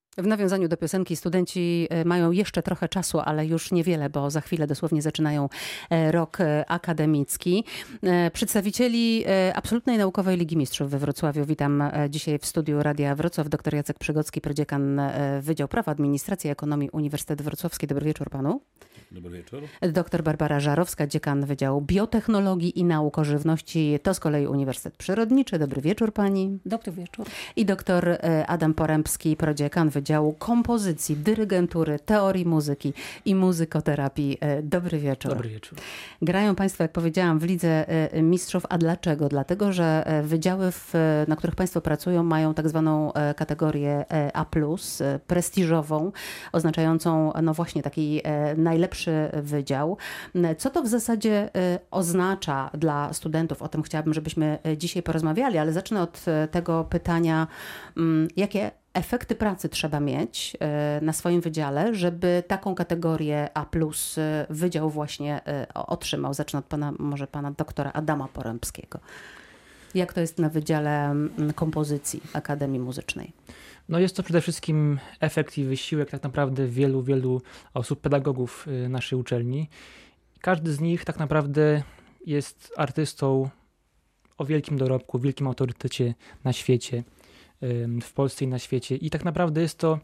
W nawiązaniu do piosenki studenci mają jeszcze trochę czasu, ale już niewiele, bo za chwilę dosłownie zaczynają rok akademicki. Przedstawicieli Absolutnej Naukowej Ligi Mistrzów we Wrocławiu witam dzisiaj w studiu Radia Wrocław. Dr Jacek Przygocki, prodziekan Wydział Prawa, Administracji i Ekonomii Uniwersytet Wrocławski. Dobry wieczór panu. Dobry wieczór. Dr Barbara Żarowska, dziekan Wydziału Biotechnologii i Nauk o Żywności. To z kolei Uniwersytet Przyrodniczy. Dobry wieczór pani. Dobry wieczór. I dr Adam Porębski, prodziekan Wydziału Kompozycji, Dyrygentury, Teorii Muzyki i Muzykoterapii. Dobry wieczór. Dobry wieczór. Grają państwo, jak powiedziałam, w Lidze Mistrzów. A dlaczego? Dlatego, że wydziały, na których państwo pracują, mają tak zwaną kategorię A+, prestiżową, oznaczającą no właśnie taki najlepszy wydział. Co to w zasadzie oznacza dla studentów? O tym chciałabym, żebyśmy dzisiaj porozmawiali, ale zacznę od tego pytania, jakie efekty pracy trzeba mieć na swoim wydziale, żeby taką kategorię A+ wydział właśnie otrzymał. Zacznę od może pana doktora Adama Porębskiego. Jak to jest na Wydziale Kompozycji Akademii Muzycznej? No jest to przede wszystkim efekt i wysiłek tak naprawdę wielu osób, pedagogów naszej uczelni. Każdy z nich tak naprawdę jest artystą o wielkim dorobku, wielkim autorytecie na świecie, w Polsce i na świecie. I tak naprawdę jest to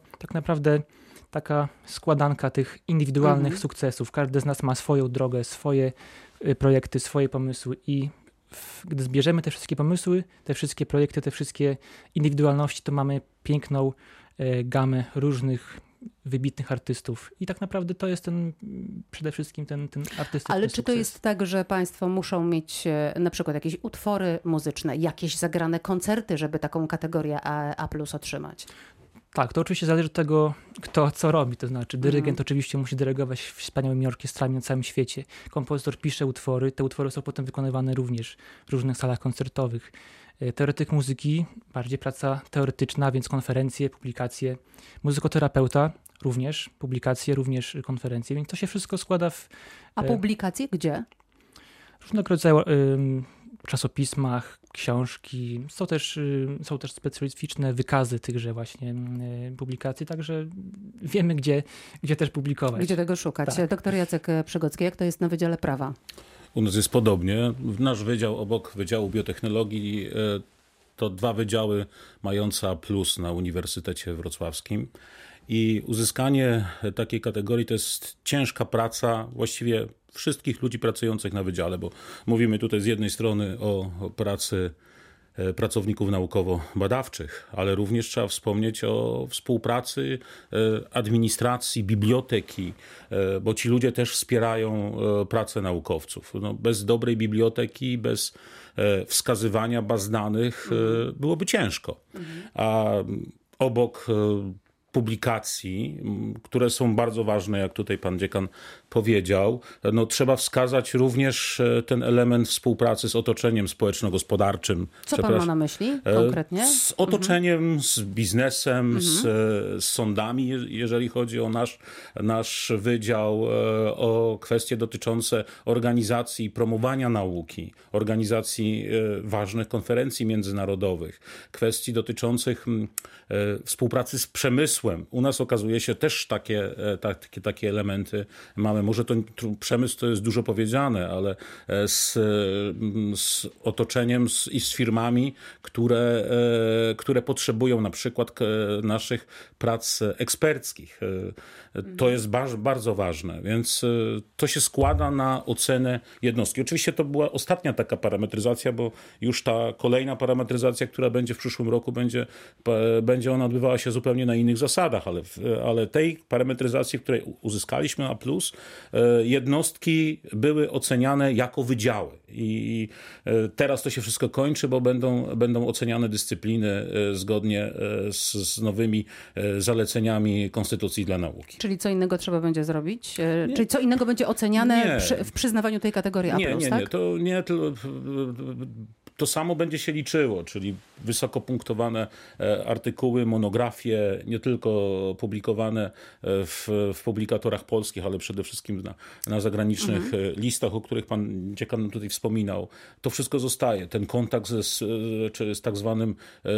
taka składanka tych indywidualnych sukcesów. Każdy z nas ma swoją drogę, swoje projekty, swoje pomysły i gdy zbierzemy te wszystkie pomysły, te wszystkie projekty, te wszystkie indywidualności, to mamy piękną gamę różnych wybitnych artystów. I tak naprawdę to jest przede wszystkim ten artystyczny Ale czy sukces. to jest tak, że państwo muszą mieć na przykład jakieś utwory muzyczne, jakieś zagrane koncerty, żeby taką kategorię A+ otrzymać? Tak, to oczywiście zależy od tego, kto co robi. To znaczy dyrygent oczywiście musi dyrygować wspaniałymi orkiestrami na całym świecie. Kompozytor pisze utwory, te utwory są potem wykonywane również w różnych salach koncertowych. Teoretyk muzyki, bardziej praca teoretyczna, więc konferencje, publikacje. Muzykoterapeuta również, publikacje, również konferencje, więc to się wszystko składa w... A publikacje gdzie? Różnego rodzaju czasopismach, książki. Są też specyficzne wykazy tychże właśnie publikacji, także wiemy, gdzie też publikować. Gdzie tego szukać. Tak. Doktor Jacek Przygocki, jak to jest na Wydziale Prawa? U nas jest podobnie. Nasz wydział obok Wydziału Biotechnologii to dwa wydziały mające A+ na Uniwersytecie Wrocławskim. I uzyskanie takiej kategorii to jest ciężka praca właściwie wszystkich ludzi pracujących na wydziale, bo mówimy tutaj z jednej strony o pracy pracowników naukowo-badawczych, ale również trzeba wspomnieć o współpracy administracji, biblioteki, bo ci ludzie też wspierają pracę naukowców. No, bez dobrej biblioteki, bez wskazywania baz danych byłoby ciężko. A obok publikacji, które są bardzo ważne, jak tutaj pan dziekan powiedział, no trzeba wskazać również ten element współpracy z otoczeniem społeczno-gospodarczym. Co pan ma na myśli konkretnie? Z otoczeniem, z biznesem, z sądami, jeżeli chodzi o nasz wydział, o kwestie dotyczące organizacji i promowania nauki, organizacji ważnych konferencji międzynarodowych, kwestii dotyczących współpracy z przemysłem. U nas okazuje się też takie elementy mamy. Może to przemysł to jest dużo powiedziane, ale z otoczeniem i z firmami, które potrzebują na przykład naszych prac eksperckich. To jest bardzo ważne, więc to się składa na ocenę jednostki. Oczywiście to była ostatnia taka parametryzacja, bo już ta kolejna parametryzacja, która będzie w przyszłym roku, będzie ona odbywała się zupełnie na innych zasadach, ale tej parametryzacji, której uzyskaliśmy A+, jednostki były oceniane jako wydziały. I teraz to się wszystko kończy, bo będą oceniane dyscypliny zgodnie z nowymi zaleceniami Konstytucji dla nauki. Czyli co innego trzeba będzie zrobić? Czyli co innego będzie oceniane w przyznawaniu tej kategorii A+, nie, tak? To to samo będzie się liczyło, czyli wysoko punktowane artykuły, monografie, nie tylko publikowane w publikatorach polskich, ale przede wszystkim na zagranicznych listach, o których pan dziekan tutaj wspominał. To wszystko zostaje. Ten kontakt z tak zwanym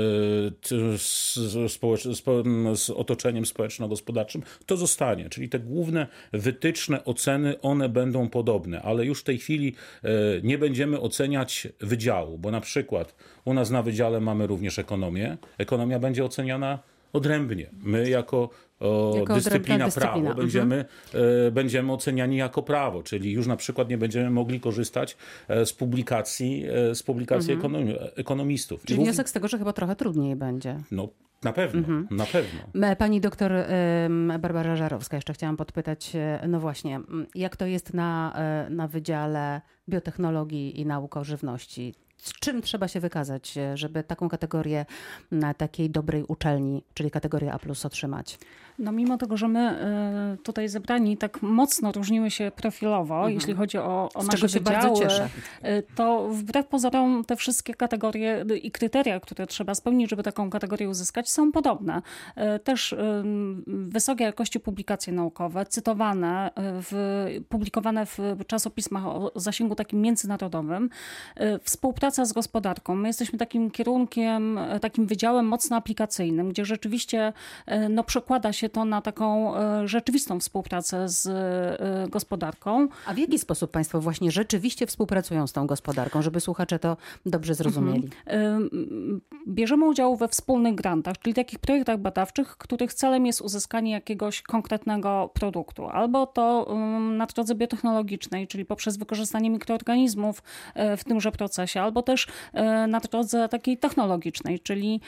z otoczeniem społeczno-gospodarczym, to zostanie. Czyli te główne wytyczne, oceny, one będą podobne, ale już w tej chwili nie będziemy oceniać wydziału, bo na przykład u nas na wydziale mamy również ekonomię. Ekonomia będzie oceniana odrębnie. My jako dyscyplina prawo będziemy oceniani jako prawo, czyli już na przykład nie będziemy mogli korzystać z publikacji ekonomistów. Czyli wniosek z tego, że chyba trochę trudniej będzie. No, na pewno, na pewno. Pani doktor Barbara Żarowska, jeszcze chciałam podpytać, no właśnie, jak to jest na Wydziale Biotechnologii i Nauk o Żywności? Z czym trzeba się wykazać, żeby taką kategorię na takiej dobrej uczelni, czyli kategorię A+, otrzymać? No mimo tego, że my tutaj zebrani tak mocno różnimy się profilowo, jeśli chodzi o nasze się wydziały, bardzo cieszę. To wbrew pozorom te wszystkie kategorie i kryteria, które trzeba spełnić, żeby taką kategorię uzyskać, są podobne. Też wysokiej jakości publikacje naukowe, cytowane, publikowane w czasopismach o zasięgu takim międzynarodowym, współpraca z gospodarką. My jesteśmy takim kierunkiem, takim wydziałem mocno aplikacyjnym, gdzie rzeczywiście przekłada się to na taką rzeczywistą współpracę z gospodarką. A w jaki sposób państwo właśnie rzeczywiście współpracują z tą gospodarką, żeby słuchacze to dobrze zrozumieli? Bierzemy udział we wspólnych grantach, czyli takich projektach badawczych, których celem jest uzyskanie jakiegoś konkretnego produktu. Albo to na drodze biotechnologicznej, czyli poprzez wykorzystanie mikroorganizmów w tymże procesie, albo też na drodze takiej technologicznej,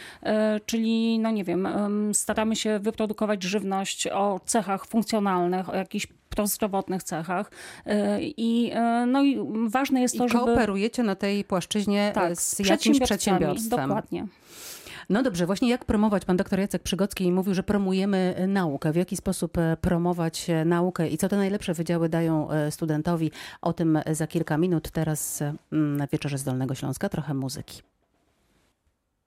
czyli no nie wiem, staramy się wyprodukować żywność o cechach funkcjonalnych, o jakichś prozdrowotnych cechach. I ważne jest to, żeby... kooperujecie na tej płaszczyźnie z jakimś przedsiębiorstwem. Dokładnie. No dobrze, właśnie jak promować? Pan doktor Jacek Przygocki mówił, że promujemy naukę. W jaki sposób promować naukę i co te najlepsze wydziały dają studentowi? O tym za kilka minut. Teraz na Wieczorze z Dolnego Śląska trochę muzyki.